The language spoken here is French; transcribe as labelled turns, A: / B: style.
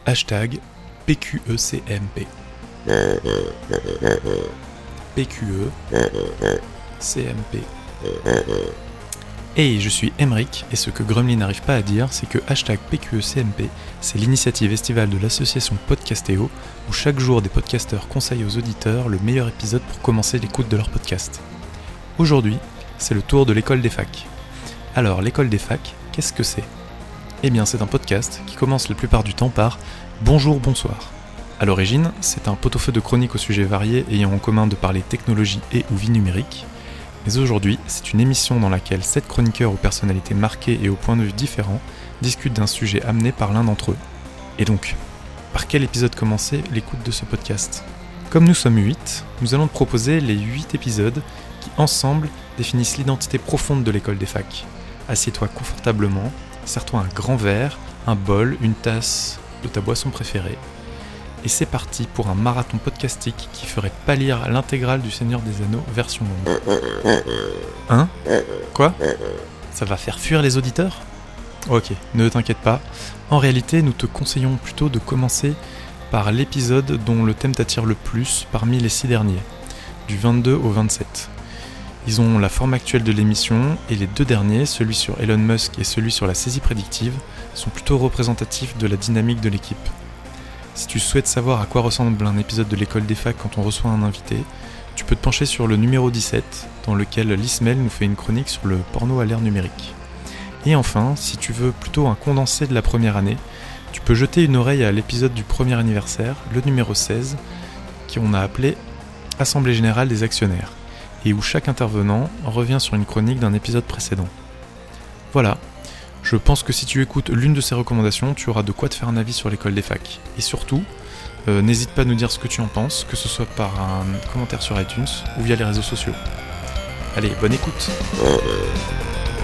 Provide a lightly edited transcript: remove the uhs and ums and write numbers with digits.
A: Hashtag PQECMP. PQECMP. Hey, je suis Emeric, et ce que Gremlin n'arrive pas à dire, c'est que hashtag PQECMP, c'est l'initiative estivale de l'association Podcastéo, où chaque jour des podcasteurs conseillent aux auditeurs le meilleur épisode pour commencer l'écoute de leur podcast. Aujourd'hui, c'est le tour de l'école des facs. Alors, l'école des facs, qu'est-ce que c'est ? Eh bien, c'est un podcast qui commence la plupart du temps par « Bonjour, bonsoir ». A l'origine, c'est un pot-au-feu de chroniques aux sujets variés ayant en commun de parler technologie et ou vie numérique. Mais aujourd'hui, c'est une émission dans laquelle 7 chroniqueurs aux personnalités marquées et aux points de vue différents discutent d'un sujet amené par l'un d'entre eux. Et donc, par quel épisode commencer l'écoute de ce podcast ? Comme nous sommes 8, nous allons te proposer les 8 épisodes qui, ensemble, définissent l'identité profonde de l'école des facs. Assieds-toi confortablement, sers-toi un grand verre, un bol, une tasse de ta boisson préférée. Et c'est parti pour un marathon podcastique qui ferait pâlir l'intégrale du Seigneur des Anneaux version longue. Hein ? Quoi ? Ça va faire fuir les auditeurs ? Ok, ne t'inquiète pas. En réalité, nous te conseillons plutôt de commencer par l'épisode dont le thème t'attire le plus parmi les 6 derniers, du 22 au 27. Ils ont la forme actuelle de l'émission, et les 2 derniers, celui sur Elon Musk et celui sur la saisie prédictive, sont plutôt représentatifs de la dynamique de l'équipe. Si tu souhaites savoir à quoi ressemble un épisode de l'école des facs quand on reçoit un invité, tu peux te pencher sur le numéro 17, dans lequel l'Ismaël nous fait une chronique sur le porno à l'ère numérique. Et enfin, si tu veux plutôt un condensé de la première année, tu peux jeter une oreille à l'épisode du premier anniversaire, le numéro 16, qu'on a appelé « Assemblée générale des actionnaires », et où chaque intervenant revient sur une chronique d'un épisode précédent. Voilà. Je pense que si tu écoutes l'une de ces recommandations, tu auras de quoi te faire un avis sur l'école des facs. Et surtout, n'hésite pas à nous dire ce que tu en penses, que ce soit par un commentaire sur iTunes ou via les réseaux sociaux. Allez, bonne écoute.